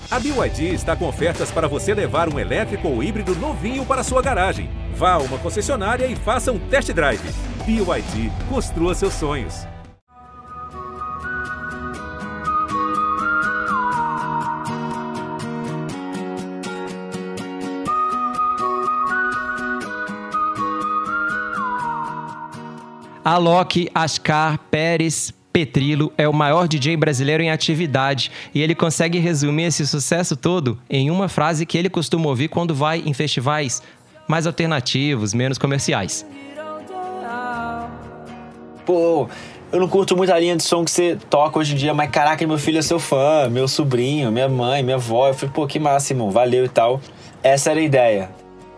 A BYD está com ofertas para você levar um elétrico ou híbrido novinho para sua garagem. Vá a uma concessionária e faça um test drive. BYD, construa seus sonhos. Alok Asghar Pérez Petrillo é o maior DJ brasileiro em atividade e ele consegue resumir esse sucesso todo em uma frase que ele costuma ouvir quando vai em festivais mais alternativos, menos comerciais. Pô, eu não curto muito a linha de som que você toca hoje em dia, mas caraca, meu filho é seu fã, meu sobrinho, minha mãe, minha avó. Eu falei, pô, que massa, irmão, valeu e tal. Essa era a ideia.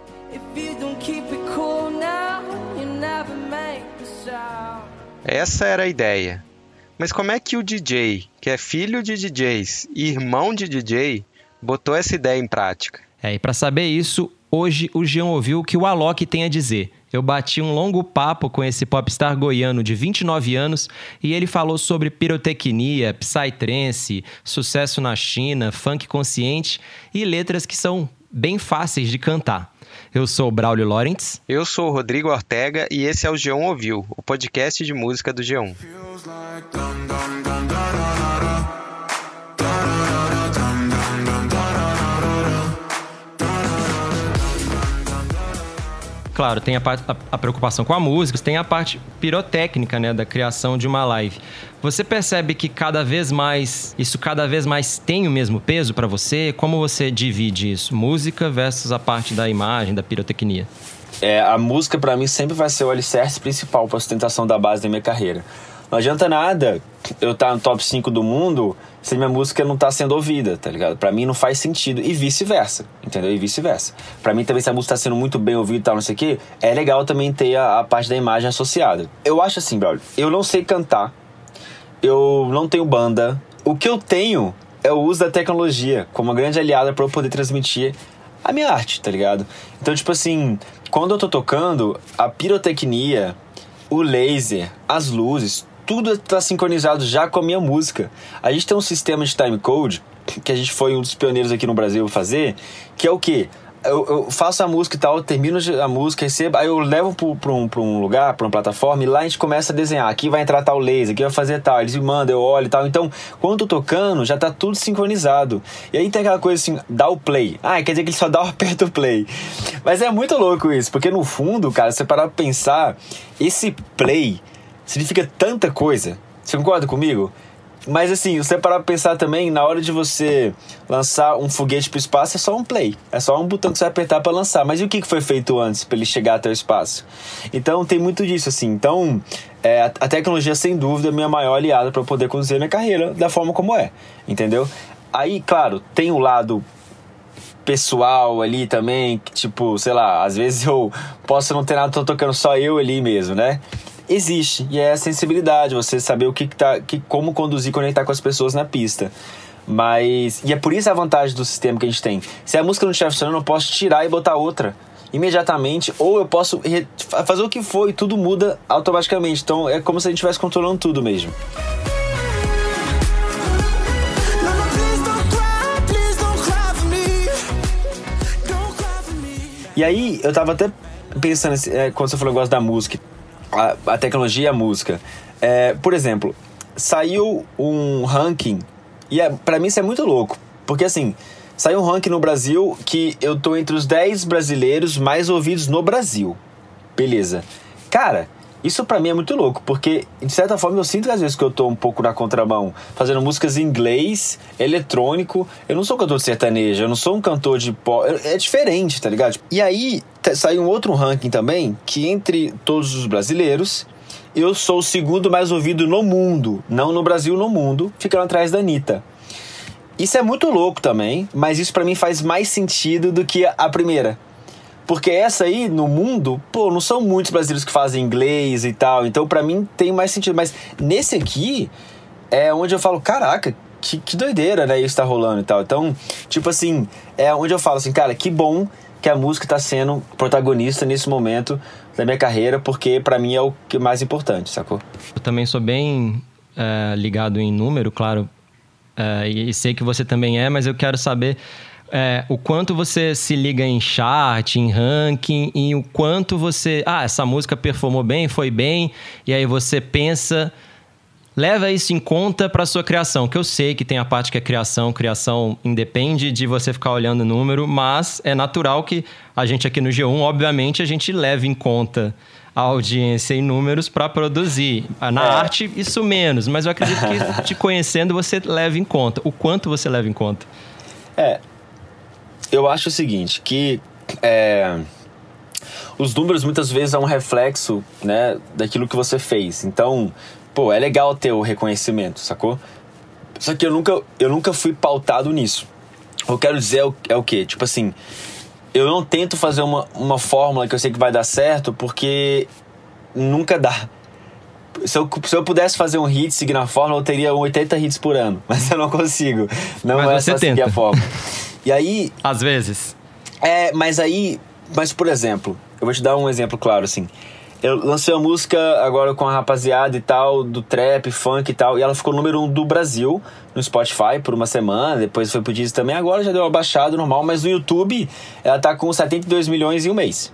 Essa era a ideia. Mas como é que o DJ, que é filho de DJs e irmão de DJ, botou essa ideia em prática? E para saber isso, hoje o Jean ouviu o que o Alok tem a dizer. Eu bati um longo papo com esse popstar goiano de 29 anos e ele falou sobre pirotecnia, psytrance, sucesso na China, funk consciente e letras que são bem fáceis de cantar. Eu sou o Braulio Lorentz. Eu sou o Rodrigo Ortega e esse é o G1 Ouviu, o podcast de música do G1. Claro, tem a preocupação com a música, tem a parte pirotécnica, né, da criação de uma live. Você percebe que isso cada vez mais tem o mesmo peso para você? Como você divide isso? Música versus a parte da imagem, da pirotecnia? A música pra mim sempre vai ser o alicerce principal pra sustentação da base da minha carreira. Não adianta nada eu estar no top 5 do mundo se minha música não tá sendo ouvida, tá ligado? Pra mim não faz sentido. E vice-versa, entendeu? E vice-versa. Pra mim também, se a música tá sendo muito bem ouvida e tal, não sei o quê, é legal também ter a parte da imagem associada. Eu acho assim, brother, eu não sei cantar, eu não tenho banda. O que eu tenho é o uso da tecnologia como uma grande aliada pra eu poder transmitir a minha arte, tá ligado? Então, tipo assim, quando eu tô tocando, a pirotecnia, o laser, as luzes, tudo está sincronizado já com a minha música. A gente tem um sistema de timecode, que a gente foi um dos pioneiros aqui no Brasil a fazer, que é o quê? Eu faço a música e tal, eu termino a música, recebo, aí eu levo pra um lugar, pra uma plataforma, e lá a gente começa a desenhar. Aqui vai entrar tal laser, aqui vai fazer tal, eles me mandam, eu olho e tal. Então, quando eu tô tocando, já tá tudo sincronizado. E aí tem aquela coisa assim, dá o play. Quer dizer que ele só dá o aperto o play. Mas é muito louco isso, porque no fundo, cara, se você parar pra pensar, esse play significa tanta coisa. Você concorda comigo? Mas assim, você parar pra pensar também, na hora de você lançar um foguete pro espaço, é só um play. É só um botão que você vai apertar pra lançar. Mas e o que foi feito antes pra ele chegar até o espaço? Então tem muito disso, assim. Então, a tecnologia, sem dúvida, é a minha maior aliada pra eu poder conduzir a minha carreira da forma como é. Entendeu? Aí, claro, tem o lado pessoal ali também, que tipo, sei lá, às vezes eu posso não ter nada, tô tocando só eu ali mesmo, né? Existe, e é a sensibilidade, você saber como conduzir, conectar com as pessoas na pista. E é por isso a vantagem do sistema que a gente tem. Se a música não estiver funcionando, eu posso tirar e botar outra imediatamente, ou eu posso fazer o que for e tudo muda automaticamente. Então é como se a gente estivesse controlando tudo mesmo. E aí, eu tava até pensando, quando você falou o negócio da música, a tecnologia e a música. Por exemplo, saiu um ranking, e pra mim isso é muito louco, porque assim, saiu um ranking no Brasil que eu tô entre os 10 brasileiros mais ouvidos no Brasil. Beleza. Cara, isso pra mim é muito louco, porque de certa forma eu sinto que às vezes que eu tô um pouco na contramão, fazendo músicas em inglês, eletrônico. Eu não sou um cantor de sertanejo, eu não sou um cantor de pop, é diferente, tá ligado? E aí saiu um outro ranking também, que entre todos os brasileiros, eu sou o segundo mais ouvido no mundo, não no Brasil, no mundo, ficando atrás da Anitta. Isso é muito louco também, mas isso pra mim faz mais sentido do que a primeira. Porque essa aí, no mundo, não são muitos brasileiros que fazem inglês e tal. Então, pra mim, tem mais sentido. Mas nesse aqui, é onde eu falo, caraca, que doideira, né? Isso tá rolando e tal. Então, tipo assim, é onde eu falo assim, cara, que bom que a música tá sendo protagonista nesse momento da minha carreira, porque pra mim é o que é mais importante, sacou? Eu também sou bem ligado em número, claro. e sei que você também mas eu quero saber o quanto você se liga em chart, em ranking, e o quanto você... essa música performou bem, foi bem, e aí você pensa... Leva isso em conta para sua criação, que eu sei que tem a parte que é criação independe de você ficar olhando o número, mas é natural que a gente aqui no G1, obviamente, a gente leve em conta a audiência e números para produzir. Na arte, isso menos, mas eu acredito que te conhecendo você leva em conta. O quanto você leva em conta? Eu acho o seguinte, que os números muitas vezes são um reflexo, né, daquilo que você fez. Então... é legal ter o reconhecimento, sacou? Só que eu nunca fui pautado nisso. O que eu quero dizer é o quê? Tipo assim, eu não tento fazer uma fórmula que eu sei que vai dar certo, porque nunca dá. Se eu pudesse fazer um hit, seguir na fórmula, eu teria 80 hits por ano. Mas eu não consigo. Não só seguir a fórmula. E aí... Às vezes. Mas por exemplo, eu vou te dar um exemplo claro, assim... Eu lancei uma música agora com a rapaziada e tal, do trap, funk e tal, e ela ficou número 1 do Brasil no Spotify por uma semana, depois foi pro Deezer também, agora já deu uma baixada normal, mas no YouTube ela tá com 72 milhões em um mês.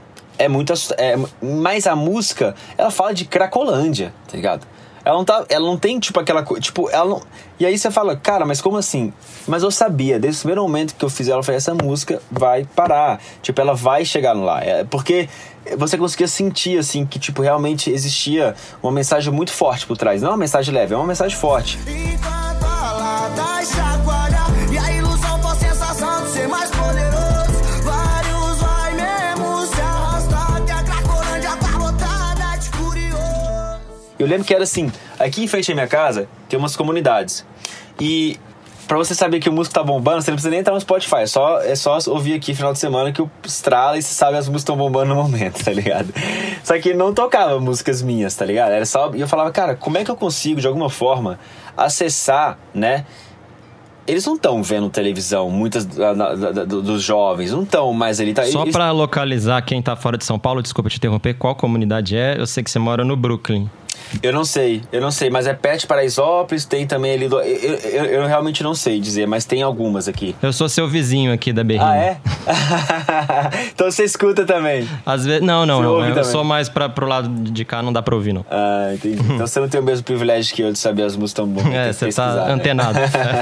Mas a música, ela fala de Cracolândia, tá ligado? Ela não tem, tipo, aquela coisa, tipo, ela não... E aí você fala, cara, mas como assim? Mas eu sabia, desde o primeiro momento que eu fiz ela, eu falei, essa música vai parar. Tipo, ela vai chegar lá. Porque você conseguia sentir, assim, que, tipo, realmente existia uma mensagem muito forte por trás. Não é uma mensagem leve, é uma mensagem forte. Enquanto a lata chacoalha, e a ilusão for sensação de ser mais poderoso, vários vai mesmo se arrastar, que a Cracolândia tá lotada de curioso. Eu lembro que era assim, aqui em frente à minha casa tem umas comunidades. E pra você saber que o músico tá bombando, você não precisa nem entrar no Spotify. É só ouvir aqui no final de semana que o estrala e você sabe as músicas estão bombando no momento, tá ligado? Só que não tocava músicas minhas, tá ligado? Era só... E eu falava, cara, como é que eu consigo, de alguma forma, acessar, né? Eles não estão vendo televisão, muitas dos jovens, não estão mais ali. Tá? Só pra localizar quem tá fora de São Paulo, desculpa te interromper, qual comunidade é? Eu sei que você mora no Brooklyn. Eu não sei, mas é perto de Paraisópolis, tem também ali... Eu realmente não sei dizer, mas tem algumas aqui. Eu sou seu vizinho aqui da Berrini. Ah, é? Então você escuta também? Às vezes, não. Eu sou mais pro lado de cá, não dá pra ouvir, não. Ah, entendi. Então você não tem o mesmo privilégio que eu de saber as músicas tão boas. Você tá antenado.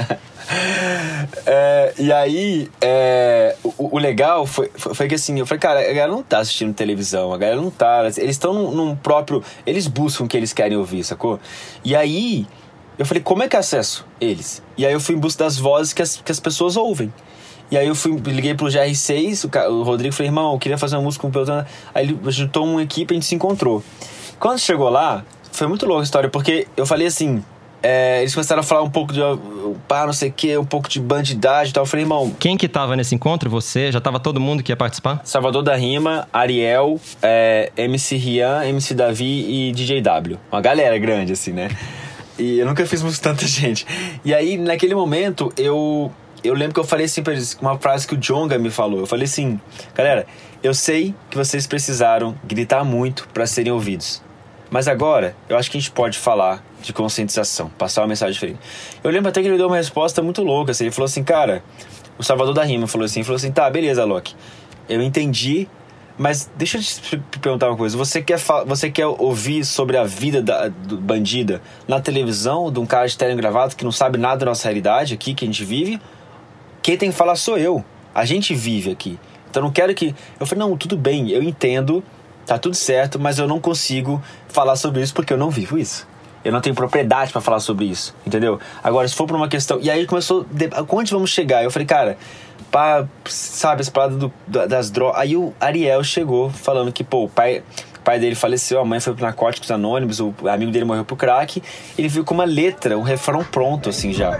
E aí, o legal foi que assim, eu falei, cara, a galera não tá assistindo televisão, a galera não tá, eles estão num próprio, eles buscam o que eles querem ouvir, sacou? E aí, eu falei, como é que eu acesso eles? E aí eu fui em busca das vozes que as pessoas ouvem. E aí eu liguei pro GR6, o Rodrigo, falei, irmão, eu queria fazer uma música com o Peltano. Aí ele juntou uma equipe e a gente se encontrou. Quando chegou lá, foi muito louca a história, porque eu falei assim... eles começaram a falar um pouco de não sei o que, um pouco de bandidagem e tal. Eu falei, irmão... Quem que tava nesse encontro? Você? Já tava todo mundo que ia participar? Salvador da Rima, Ariel, MC Rian, MC Davi e DJ W. Uma galera grande, assim, né? E eu nunca fiz música com tanta gente. E aí, naquele momento, eu lembro que eu falei assim pra eles, uma frase que o Djonga me falou. Eu falei assim, galera, eu sei que vocês precisaram gritar muito pra serem ouvidos. Mas agora, eu acho que a gente pode falar de conscientização, passar uma mensagem diferente. Eu lembro até que ele deu uma resposta muito louca, assim, ele falou assim, cara, o Salvador da Rima falou assim, tá, beleza, Loki, eu entendi, mas deixa eu te perguntar uma coisa, você quer ouvir sobre a vida do bandida na televisão, de um cara de terno e gravata que não sabe nada da nossa realidade aqui, que a gente vive? Quem tem que falar sou eu, a gente vive aqui, então não quero que... Eu falei, não, tudo bem, eu entendo, tá tudo certo, mas eu não consigo falar sobre isso porque eu não vivo isso. Eu não tenho propriedade pra falar sobre isso, entendeu? Agora, se for pra uma questão... E aí começou... Onde vamos chegar? Eu falei, cara... sabe, essa parada das drogas... Aí o Ariel chegou falando que, pô, o pai dele faleceu, a mãe foi pro Narcóticos Anônimos, o amigo dele morreu pro crack. Ele veio com uma letra, um refrão pronto, assim, já.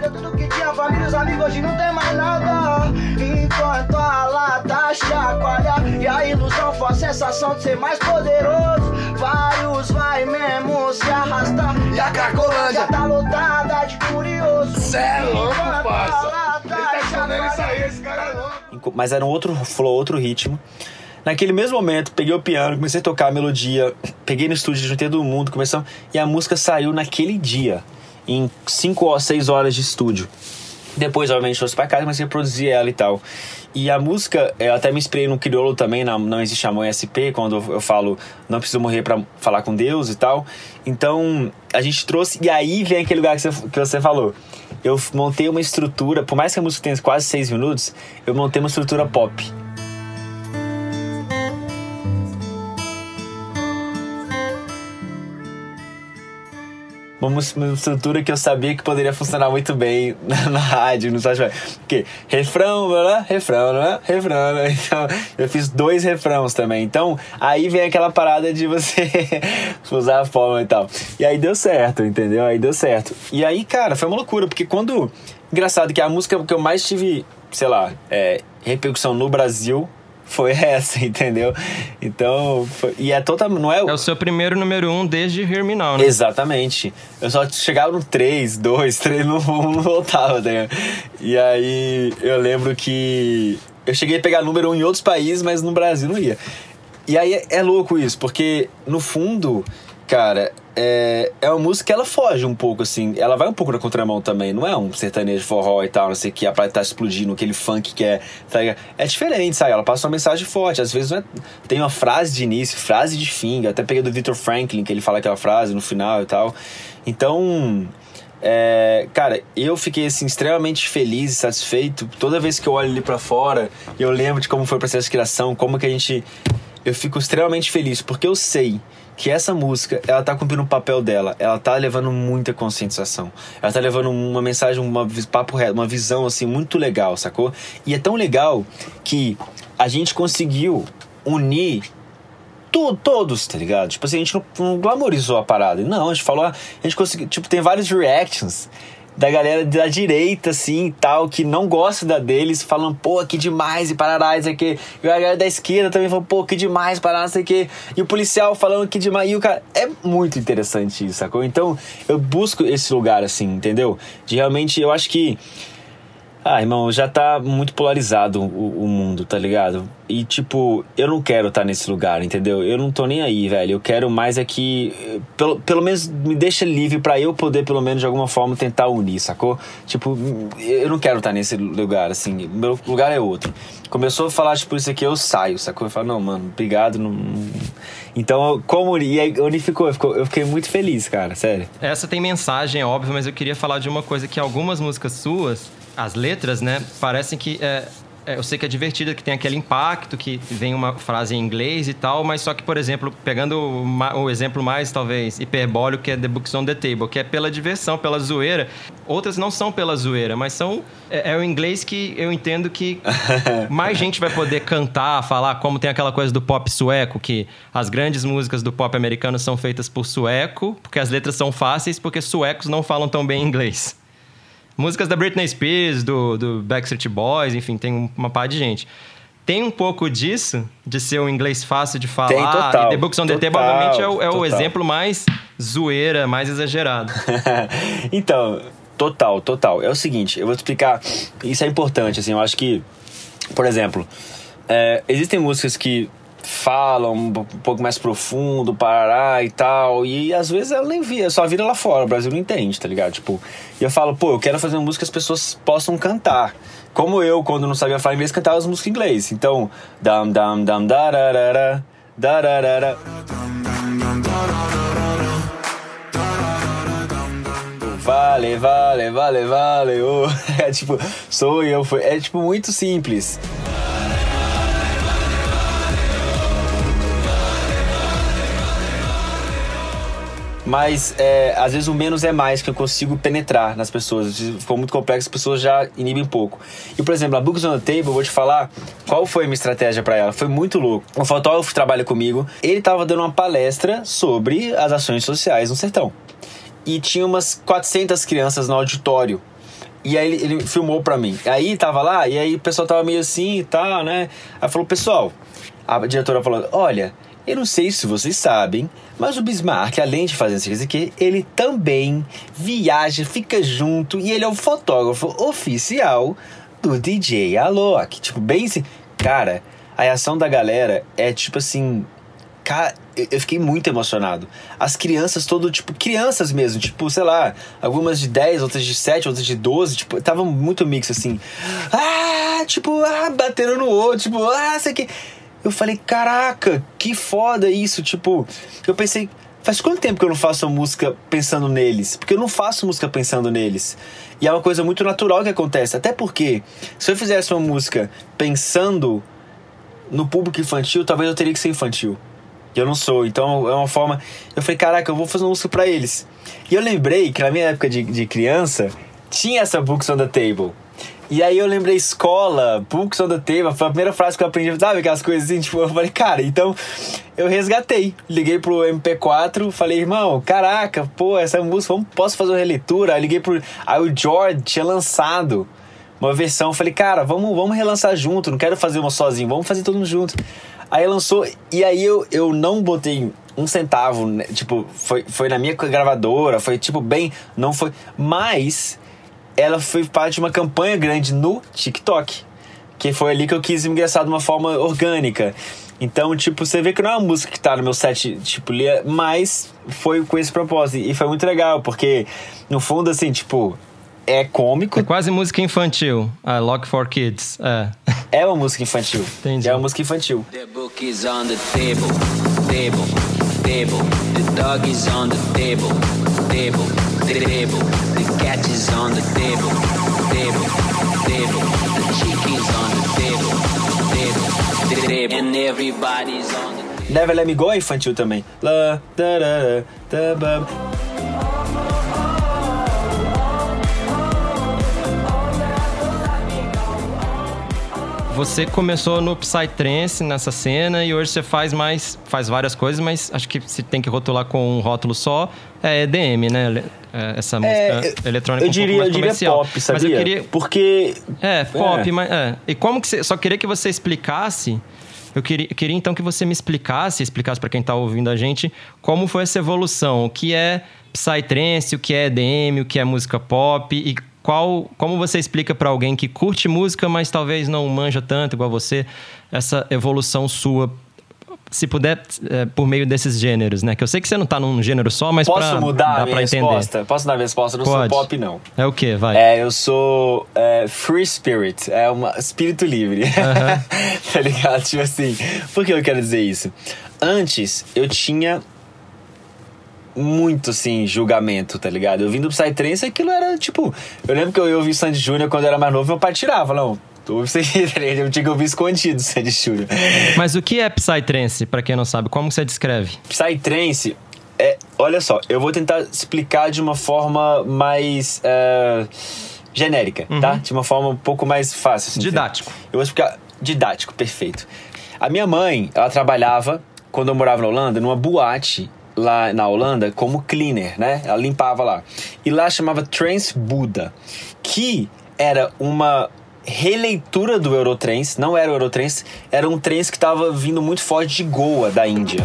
Enquanto a lata chacoalha e a ilusão for a sensação de ser mais poderoso, vários vai mesmo se arrastar e a Cracolândia tá lotada de curioso. Cê é louco, parça. Ele tá escondendo isso aí, esse cara é louco. Mas era um outro flow, outro ritmo. Naquele mesmo momento, peguei o piano, comecei a tocar a melodia, peguei no estúdio, juntei todo mundo, começamos, e a música saiu naquele dia, em 5 ou 6 horas de estúdio. Depois, obviamente, trouxe pra casa, mas reproduzi ela e tal. E a música, eu até me inspirei no crioulo também, na Não Existe Amor em SP, quando eu falo não preciso morrer pra falar com Deus e tal. Então, a gente trouxe... E aí vem aquele lugar que você falou. Eu montei uma estrutura, por mais que a música tenha quase 6 minutos, eu montei uma estrutura pop. Uma estrutura que eu sabia que poderia funcionar muito bem na rádio, no Spotify. Porque refrão, refrão, refrão. Então, eu fiz 2 refrãos também. Então, aí vem aquela parada de você usar a forma e tal. E aí deu certo, entendeu? Aí deu certo. E aí, cara, foi uma loucura, porque quando... Engraçado que a música que eu mais tive, sei lá, repercussão no Brasil... foi essa, entendeu? Então, e é total, não é... É o seu primeiro número 1 desde Hear Me Now, né? Exatamente. Eu só chegava no 3, 2, 3, não voltava, tá ligado? E aí, eu lembro que... eu cheguei a pegar número 1 em outros países, mas no Brasil não ia. E aí, é louco isso, porque, no fundo, cara... É uma música que ela foge um pouco, assim. Ela vai um pouco na contramão também. Não é um sertanejo forró e tal, não sei o que. A praia tá explodindo, aquele funk que é... Tá, é diferente, sabe? Ela passa uma mensagem forte. Às vezes não é, tem uma frase de início, frase de fim. Eu até peguei do Victor Franklin, que ele fala aquela frase no final e tal. Então... cara, eu fiquei assim extremamente feliz e satisfeito. Toda vez que eu olho ali pra fora, eu lembro de como foi o processo de criação, como que a gente... Eu fico extremamente feliz, porque eu sei que essa música, ela tá cumprindo o papel dela. Ela tá levando muita conscientização. Ela tá levando uma mensagem, papo reto, uma visão, assim, muito legal, sacou? E é tão legal que a gente conseguiu unir todos, tá ligado? Tipo assim, a gente não glamorizou a parada. Não, a gente falou... A gente conseguiu... Tipo, tem vários reactions da galera da direita, assim, e tal, que não gosta deles, falando, pô, que demais, e parará, isso aqui. E a galera da esquerda também falou, pô, que demais, parará, isso aqui. E o policial falando que demais. E o cara... É muito interessante isso, sacou? Então, eu busco esse lugar, assim, entendeu? De realmente, eu acho que... irmão, já tá muito polarizado o mundo, tá ligado? E, tipo, eu não quero estar nesse lugar, entendeu? Eu não tô nem aí, velho. Eu quero mais que... Pelo menos me deixa livre pra eu poder, pelo menos, de alguma forma, tentar unir, sacou? Tipo, eu não quero estar nesse lugar, assim. Meu lugar é outro. Começou a falar, tipo, isso aqui, eu saio, sacou? Eu falo, não, mano, obrigado, não... Então, como... E aí unificou, eu fiquei muito feliz, cara, sério. Essa tem mensagem, é óbvio, mas eu queria falar de uma coisa que algumas músicas suas... As letras, né, parecem que... eu sei que é divertida, que tem aquele impacto, que vem uma frase em inglês e tal, mas só que, por exemplo, pegando o exemplo mais, talvez, hiperbólico, que é The Books on the Table, que é pela diversão, pela zoeira. Outras não são pela zoeira, mas são... É o inglês que eu entendo que mais gente vai poder cantar, falar, como tem aquela coisa do pop sueco, que as grandes músicas do pop americano são feitas por sueco, porque as letras são fáceis, porque suecos não falam tão bem inglês. Músicas da Britney Spears, do Backstreet Boys, enfim, tem uma par de gente. Tem um pouco disso, de ser um inglês fácil de falar. Tem, total. E The Books on the Table, obviamente, é o exemplo mais zoeira, mais exagerado. Então, total. É o seguinte, eu vou te explicar. Isso é importante, assim, eu acho que... Por exemplo, existem músicas que falam um pouco mais profundo, parará e tal, e às vezes ela nem via, só vira lá fora, o Brasil não entende, tá ligado? Tipo, e eu falo, pô, eu quero fazer uma música que as pessoas possam cantar. Como eu, quando não sabia falar inglês, cantava as músicas em inglês. Então, dam dam dam dararara, dararara. Vale, oh. É tipo, sou eu, é tipo muito simples. Mas, às vezes, o menos é mais, que eu consigo penetrar nas pessoas. Se for muito complexo, as pessoas já inibem um pouco. E, por exemplo, a Books on the Table, eu vou te falar qual foi a minha estratégia pra ela. Foi muito louco. Um fotógrafo que trabalha comigo, ele tava dando uma palestra sobre as ações sociais no sertão. E tinha umas 400 crianças no auditório. E aí ele filmou pra mim. Aí tava lá, e aí o pessoal tava meio assim e tal, né? Aí falou, pessoal, a diretora falou, olha... Eu não sei se vocês sabem, mas o Bismarck, além de fazer isso aqui, ele também viaja, fica junto, e ele é o fotógrafo oficial do DJ Alok. Tipo, bem assim... Cara, a reação da galera é tipo assim... Cara, eu fiquei muito emocionado. As crianças tipo, crianças mesmo, tipo, sei lá, algumas de 10, outras de 7, outras de 12, tipo, tava muito mix, assim. Batendo no outro, tipo, sei que. Eu falei, caraca, que foda isso, tipo, eu pensei, faz quanto tempo que eu não faço música pensando neles? Porque eu não faço música pensando neles. E é uma coisa muito natural que acontece, até porque, se eu fizesse uma música pensando no público infantil, talvez eu teria que ser infantil. E eu não sou, então é uma forma... Eu falei, caraca, eu vou fazer uma música pra eles. E eu lembrei que na minha época de criança, tinha essa Books on the Table. E aí eu lembrei escola, Books on the Table, foi a primeira frase que eu aprendi, sabe? Aquelas coisas assim, tipo, eu falei, cara, então eu resgatei. Liguei pro MP4, falei, irmão, caraca, pô, essa música, posso fazer uma releitura? Aí liguei pro... Aí o George tinha lançado uma versão, falei, cara, vamos relançar junto, não quero fazer uma sozinho, vamos fazer todo mundo junto. Aí lançou, e aí eu não botei um centavo, né? Tipo, foi na minha gravadora, foi tipo bem, não foi, mas ela foi parte de uma campanha grande no TikTok, que foi ali que eu quis ingressar de uma forma orgânica. Então, tipo, você vê que não é uma música que tá no meu set, tipo, mas foi com esse propósito, e foi muito legal, porque no fundo, assim, tipo, é cômico. É quase música infantil. Lock for Kids. É uma música infantil. Entendi. É uma música infantil. The book is on the table, table, table. The dog is on the table, table, table. The cat is on the table, table, table. The chick is on the table, table, table. And everybody's on the table. Never Let Me Go é infantil também. La, da, da, da, da. Você começou no Psytrance nessa cena e hoje você faz várias coisas, mas acho que se tem que rotular com um rótulo só, é EDM, né? Essa música eletrônica eu diria, mais comercial. Pop, sabia? Mas eu queria... Porque... Pop, mas... E como que você... Só queria que você explicasse... Eu queria então que você me explicasse para quem tá ouvindo a gente, como foi essa evolução, o que é Psytrance, o que é EDM, o que é música pop e como você explica para alguém que curte música, mas talvez não manja tanto igual você, essa evolução sua, se puder, por meio desses gêneros, né? Que eu sei que você não tá num gênero só, mas posso mudar a minha entender. Resposta? Posso dar a minha resposta? Eu não Pode. sou pop, não. É o quê? Vai. Eu sou free spirit, espírito livre. Tá ligado? Tipo assim, por que eu quero dizer isso? Antes, eu tinha muito, assim, julgamento, tá ligado? Eu vim do Psytrance, aquilo era, tipo... Eu lembro que eu ouvi Sandy Júnior quando eu era mais novo, meu pai tirava, não... Isso aqui, tá ligado? Eu tinha que ouvir escondido Sandy Júnior. Mas o que é Psytrance, pra quem não sabe? Como você descreve? Psytrance olha só, eu vou tentar explicar de uma forma mais genérica, tá? De uma forma um pouco mais fácil. Assim, didático. Eu vou explicar... Didático, perfeito. A minha mãe, ela trabalhava, quando eu morava na Holanda, numa boate... lá na Holanda como cleaner, né? Ela limpava lá. E lá chamava Trance Buddha, que era uma releitura do Eurotrance, não era o Eurotrance, era um trance que estava vindo muito forte de Goa, da Índia.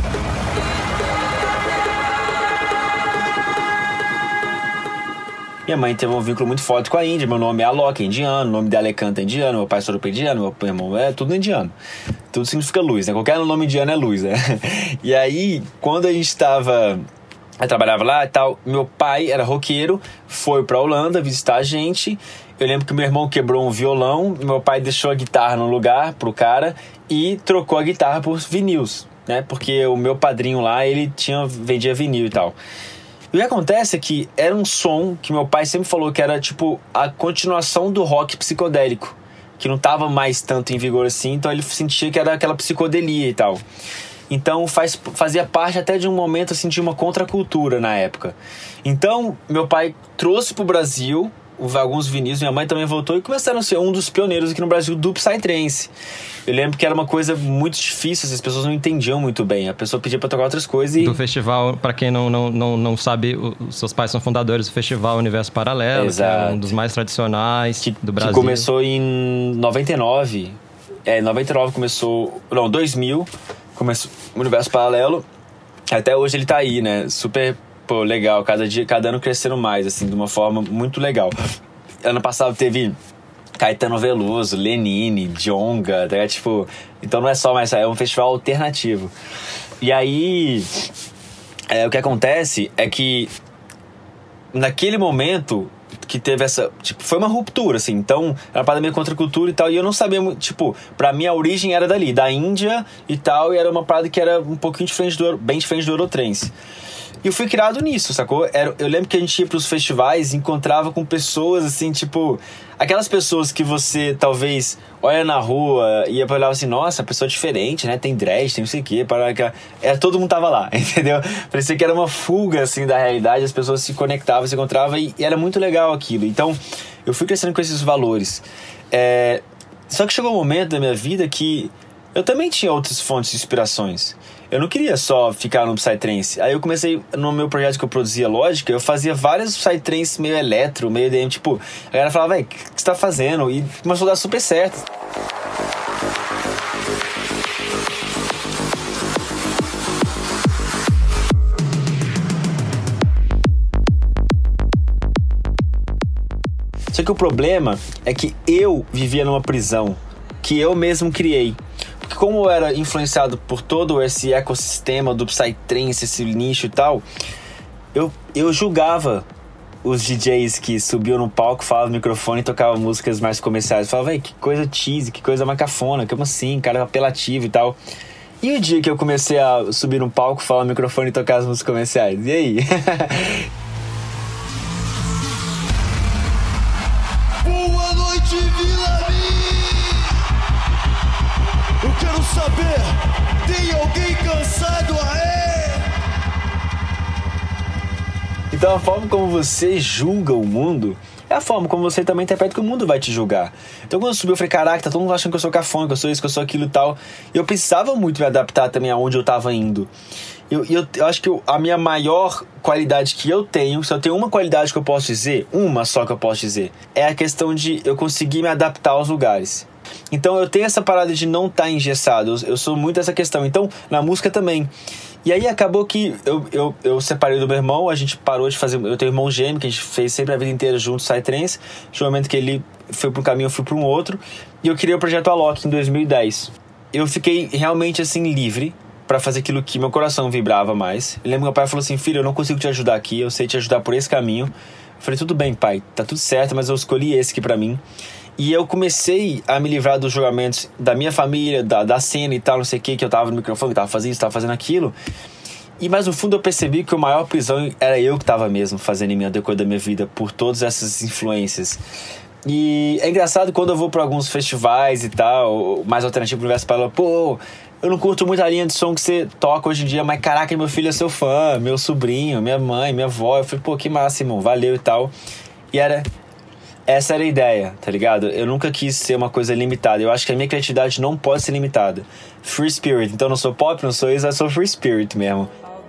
Minha mãe teve um vínculo muito forte com a Índia. Meu nome é Alok, é indiano. O nome dela é Canta, é indiano. Meu pai é Swarupa, é indiano. Meu irmão é tudo indiano. Tudo significa luz, né? Qualquer nome indiano é luz, né? E aí, quando a gente eu trabalhava lá e tal, meu pai era roqueiro, foi pra Holanda visitar a gente. Eu lembro que meu irmão quebrou um violão, meu pai deixou a guitarra no lugar pro cara e trocou a guitarra por vinis, né? Porque o meu padrinho lá, ele vendia vinil e tal. E o que acontece é que era um som que meu pai sempre falou que era tipo a continuação do rock psicodélico, que não tava mais tanto em vigor assim, então ele sentia que era aquela psicodelia e tal. Então fazia parte até de um momento assim de uma contracultura na época. Então meu pai trouxe pro Brasil alguns vinis, minha mãe também voltou e começaram a ser um dos pioneiros aqui no Brasil do Psytrance. Eu lembro que era uma coisa muito difícil, as pessoas não entendiam muito bem. A pessoa pedia pra tocar outras coisas e... Do festival, pra quem não sabe, os seus pais são fundadores do Festival Universo Paralelo, exato, que é um dos mais tradicionais do Brasil. Que começou em 99. 99 começou... Não, 2000 começou o Universo Paralelo. Até hoje ele tá aí, né? Super... Pô, legal, cada ano crescendo mais, assim, de uma forma muito legal. Ano passado teve Caetano Veloso, Lenine, Djonga, tá? Tipo, então não é só mais, é um festival alternativo. E aí, o que acontece é que naquele momento que teve essa... Tipo, foi uma ruptura, assim. Então, era uma parada meio contra a cultura e tal. E eu não sabia muito... Tipo, pra mim a origem era dali, da Índia e tal. E era uma parada que era um pouquinho diferente bem diferente do Eurotrance. E eu fui criado nisso, sacou? Eu lembro que a gente ia pros festivais e encontrava com pessoas, assim, tipo... Aquelas pessoas que você, talvez, olha na rua e olhava assim... Nossa, pessoa diferente, né? Tem dread, tem não sei o quê. Todo mundo tava lá, entendeu? Parecia que era uma fuga, assim, da realidade. As pessoas se conectavam, se encontravam e era muito legal aquilo. Então, eu fui crescendo com esses valores. Só que chegou um momento da minha vida que eu também tinha outras fontes de inspirações. Eu não queria só ficar no Psytrance. Aí eu comecei, no meu projeto que eu produzia Lógica, eu fazia vários Psytrance meio eletro, meio EDM, tipo... A galera falava, véi, o que você tá fazendo? E começou a dar super certo. Só que o problema é que eu vivia numa prisão que eu mesmo criei. Como eu era influenciado por todo esse ecossistema do Psytrance, esse nicho e tal, eu julgava os DJs que subiam no palco, falavam no microfone e tocavam músicas mais comerciais. Eu falava, véi, que coisa cheesy, que coisa macafona, como assim, cara apelativo e tal. E o dia que eu comecei a subir no palco, falar no microfone e tocar as músicas comerciais? E aí? Boa noite, Vila Mi! Eu quero saber, tem alguém cansado aí? Então a forma como você julga o mundo é a forma como você também interpreta que o mundo vai te julgar. Então quando eu subi eu falei, caraca, tá todo mundo achando que eu sou cafona, que eu sou isso, que eu sou aquilo e tal. E eu precisava muito me adaptar também aonde eu tava indo. Eu acho que a minha maior qualidade que eu tenho, se eu tenho uma qualidade que eu posso dizer, uma só que eu posso dizer, é a questão de eu conseguir me adaptar aos lugares. Então eu tenho essa parada de não estar engessado, eu sou muito essa questão. Então na música também. E aí acabou que eu separei do meu irmão, a gente parou de fazer... Eu tenho um irmão gêmeo, que a gente fez sempre a vida inteira junto, Psytrance. No momento que ele foi para um caminho, eu fui para um outro. E eu criei o projeto Alok em 2010. Eu fiquei realmente assim livre para fazer aquilo que meu coração vibrava mais. Eu lembro que meu pai falou assim, filho, eu não consigo te ajudar aqui, eu sei te ajudar por esse caminho. Eu falei, tudo bem, pai, tá tudo certo, mas eu escolhi esse aqui para mim. E eu comecei a me livrar dos julgamentos da minha família, da cena e tal, não sei o que eu tava no microfone, que tava fazendo isso, tava fazendo aquilo. E mais no fundo eu percebi que a maior prisão era eu que tava mesmo fazendo em minha decorrer da minha vida, por todas essas influências. E é engraçado quando eu vou pra alguns festivais e tal, mais alternativo pro universo, fala, pô, eu não curto muito a linha de som que você toca hoje em dia, mas caraca, meu filho é seu fã, meu sobrinho, minha mãe, minha avó. Eu falei, pô, que massa, irmão, valeu e tal. E essa era a ideia, tá ligado? Eu nunca quis ser uma coisa limitada. Eu acho que a minha criatividade não pode ser limitada. Free spirit. Então eu não sou pop, não sou isso, eu sou free spirit mesmo.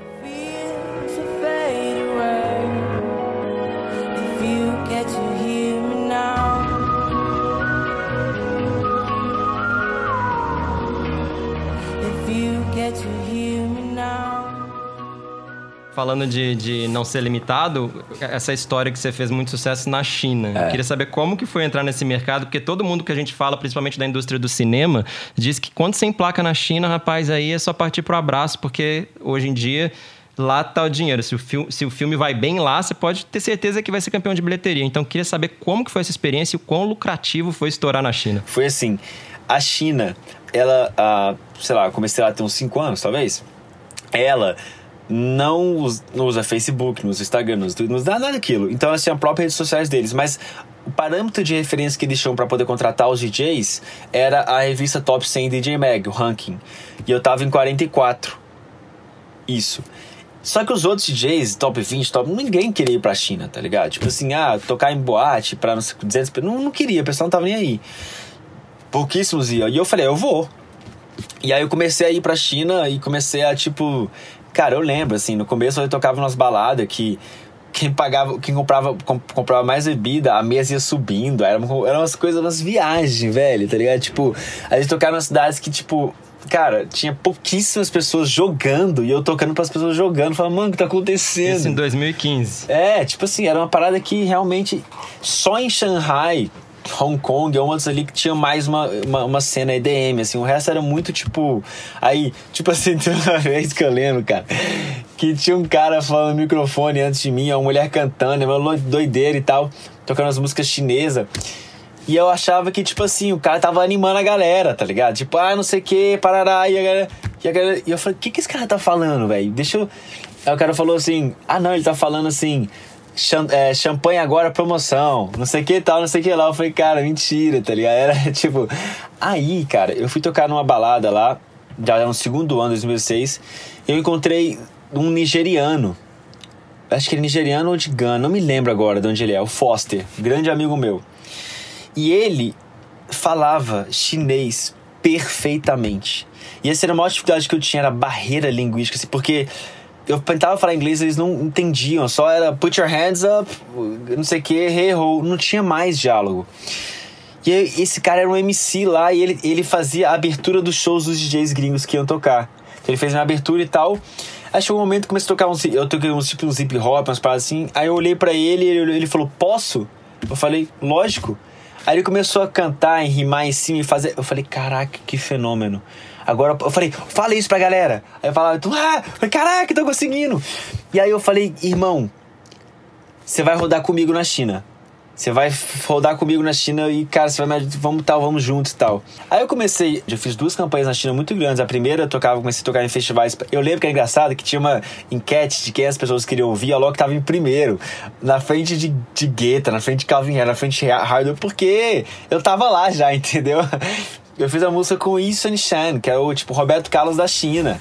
Falando de não ser limitado, essa história que você fez muito sucesso na China. Eu queria saber como que foi entrar nesse mercado, porque todo mundo que a gente fala, principalmente da indústria do cinema, diz que quando você emplaca na China, rapaz, aí é só partir pro abraço, porque hoje em dia lá tá o dinheiro. Se o filme vai bem lá, você pode ter certeza que vai ser campeão de bilheteria. Então, eu queria saber como que foi essa experiência e o quão lucrativo foi estourar na China. Foi assim, a China, ela, sei lá, eu comecei lá a ter uns 5 anos, talvez. Ela não usa Facebook, não usa Instagram, não usa nada daquilo. Então elas tinham as próprias redes sociais deles. Mas o parâmetro de referência que eles tinham para poder contratar os DJs era a revista Top 100 DJ Mag, o ranking. E eu tava em 44. Isso. Só que os outros DJs, Top 20, ninguém queria ir pra China, tá ligado? Tipo assim, tocar em boate pra não sei, 200... Não queria, o pessoal não tava nem aí. Pouquíssimos iam. E eu falei, eu vou. E aí eu comecei a ir pra China e comecei a, tipo... Cara, eu lembro, assim, no começo eu tocava nas baladas que quem comprava mais bebida, a mesa ia subindo. Eram umas coisas, umas viagens, velho, tá ligado? Tipo, a gente tocava nas cidades que, tipo, cara, tinha pouquíssimas pessoas jogando e eu tocando pras pessoas jogando. Falando, mano, o que tá acontecendo? Isso em 2015. Tipo assim, era uma parada que realmente só em Shanghai Hong Kong, outros ali que tinha mais uma cena EDM, assim. O resto era muito, tipo... Aí, tipo assim, tem uma vez que eu lembro, cara, que tinha um cara falando no microfone antes de mim, uma mulher cantando, uma doideira e tal, tocando as músicas chinesas. E eu achava que, tipo assim, o cara tava animando a galera, tá ligado? Tipo, não sei o que, parará, e a galera... E eu falei, o que esse cara tá falando, velho? Deixa eu... Aí o cara falou assim, não, ele tá falando assim... champanhe agora, promoção, não sei o que tal, não sei o que lá. Eu falei, cara, mentira, tá ligado? Era tipo... Aí, cara, eu fui tocar numa balada lá, já no segundo ano, 2006. Eu encontrei um nigeriano. Acho que ele é nigeriano ou de Gana, não me lembro agora de onde ele é. O Foster, grande amigo meu. E ele falava chinês perfeitamente. E essa era a maior dificuldade que eu tinha, era a barreira linguística, assim, porque... Eu tentava falar inglês, eles não entendiam. Só era put your hands up, não sei o que, hey ho. Não tinha mais diálogo. E aí, esse cara era um MC lá e ele fazia a abertura dos shows dos DJs gringos que iam tocar. Então ele fez uma abertura e tal. Aí chegou um momento que comecei a tocar eu toquei um hip hop, umas paradas assim. Aí eu olhei pra ele e ele falou, posso? Eu falei, lógico. Aí ele começou a cantar, rimar em cima e fazer... Eu falei, caraca, que fenômeno. Agora eu falei, fala isso pra galera. Aí eu falava, caraca, tô conseguindo. E aí eu falei, irmão, você vai rodar comigo na China. Você vai rodar comigo na China e, cara, você vai me ajudar, vamos juntos e tal. Aí eu fiz 2 campanhas na China muito grandes. A primeira comecei a tocar em festivais. Eu lembro que era engraçado que tinha uma enquete de quem as pessoas queriam ouvir. A Loki tava em primeiro, na frente de Guetta, na frente de Calvin Harris, na frente de Hardwell, porque eu tava lá já, entendeu? Eu fiz a música com Yi Sun-shan, que é o tipo Roberto Carlos da China.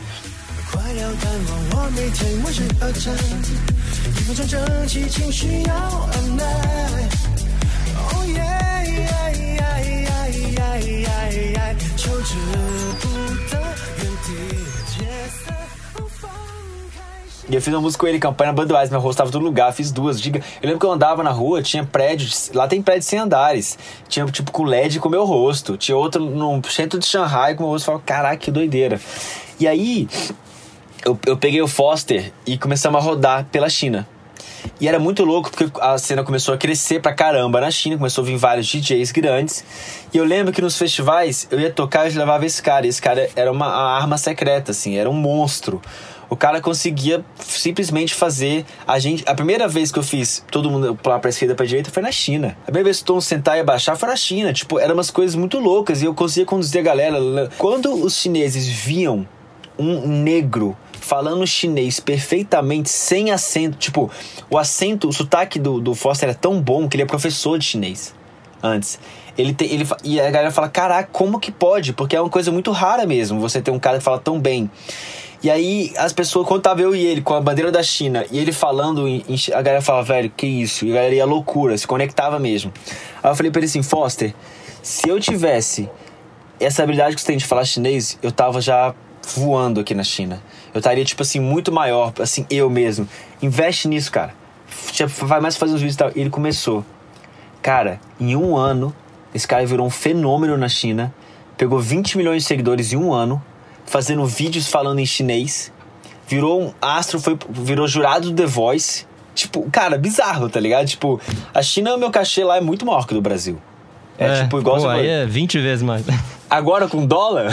E eu fiz uma música com ele, campanha na Budweiser, meu rosto tava em todo lugar, fiz 2. Eu lembro que eu andava na rua, tinha prédios, lá tem prédio sem andares, tinha tipo com LED com o meu rosto, tinha outro no centro de Shanghai com o meu rosto, eu falava, caraca, que doideira. E aí, eu peguei o Foster e começamos a rodar pela China. E era muito louco, porque a cena começou a crescer pra caramba na China, começou a vir vários DJs grandes. E eu lembro que nos festivais, eu ia tocar e eu levava esse cara. Esse cara era uma arma secreta, assim, era um monstro. O cara conseguia simplesmente fazer a primeira vez que eu fiz todo mundo pular pra esquerda, pra direita, foi na China. A primeira vez que o Tom sentar e abaixar foi na China. Tipo, eram umas coisas muito loucas e eu conseguia conduzir a galera. Quando os chineses viam um negro falando chinês perfeitamente, sem acento, tipo, o sotaque do Foster era tão bom que ele é professor de chinês antes. E a galera fala, caraca, como que pode? Porque é uma coisa muito rara mesmo, você ter um cara que fala tão bem. E aí, as pessoas, quando tava eu e ele com a bandeira da China e ele falando, a galera falava, velho, que isso? E a galera ia loucura, se conectava mesmo. Aí eu falei pra ele assim, Foster, se eu tivesse essa habilidade que você tem de falar chinês, eu tava já voando aqui na China. Eu estaria, tipo assim, muito maior, assim, eu mesmo. Investe nisso, cara. Vai mais fazer uns vídeos e tal. E ele começou. Cara, em 1 ano, esse cara virou um fenômeno na China. Pegou 20 milhões de seguidores em 1 ano. Fazendo vídeos falando em chinês. Virou um astro, virou jurado do The Voice. Tipo, cara, bizarro, tá ligado? Tipo, a China, o meu cachê lá é muito maior que o do Brasil. Tipo, igual pô, aí é 20 vezes mais. Agora com dólar?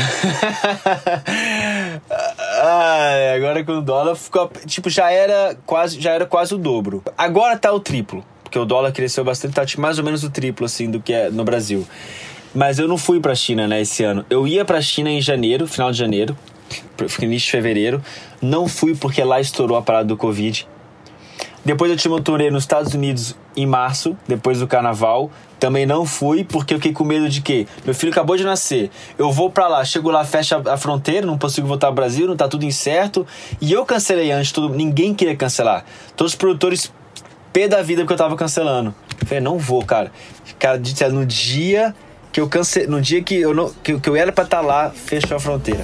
Agora com dólar ficou, tipo, já era quase o dobro. Agora tá o triplo, porque o dólar cresceu bastante, tá tipo, mais ou menos o triplo, assim, do que é no Brasil. Mas eu não fui pra China, né, esse ano. Eu ia pra China em janeiro, final de janeiro, início de fevereiro. Não fui porque lá estourou a parada do Covid. Depois eu tive um turnê nos Estados Unidos em março, depois do carnaval. Também não fui porque eu fiquei com medo de quê? Meu filho acabou de nascer. Eu vou pra lá, chego lá, fecha a fronteira, não consigo voltar ao Brasil, não tá tudo incerto. E eu cancelei antes, ninguém queria cancelar. Todos os produtores pé da vida porque eu tava cancelando. Falei, não vou, cara. Cara, no dia que eu cancelei, no dia que eu era pra estar lá, fechou a fronteira.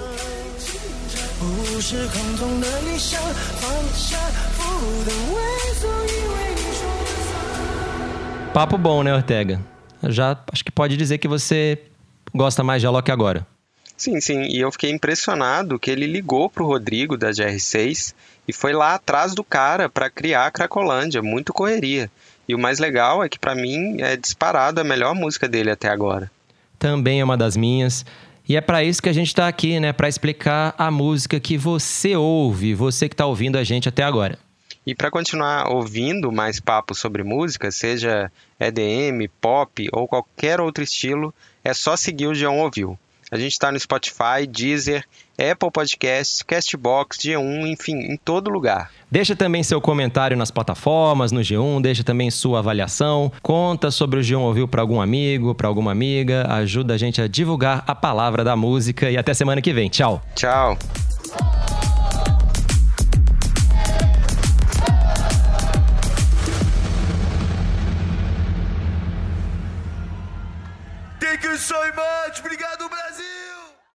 Papo bom, né, Ortega? Já acho que pode dizer que você gosta mais de Alok agora. Sim, e eu fiquei impressionado que ele ligou pro Rodrigo da GR6 e foi lá atrás do cara para criar a Cracolândia, muito correria. E o mais legal é que pra mim é disparado a melhor música dele até agora. Também é uma das minhas. E é para isso que a gente tá aqui, né? Para explicar a música que você ouve, você que tá ouvindo a gente até agora. E para continuar ouvindo mais papo sobre música, seja EDM, pop ou qualquer outro estilo, é só seguir o G1 Ouviu. A gente está no Spotify, Deezer, Apple Podcasts, Castbox, G1, enfim, em todo lugar. Deixa também seu comentário nas plataformas, no G1, deixa também sua avaliação, conta sobre o G1 Ouviu para algum amigo, para alguma amiga, ajuda a gente a divulgar a palavra da música e até semana que vem. Tchau! Tchau! Thank you so much. Obrigado.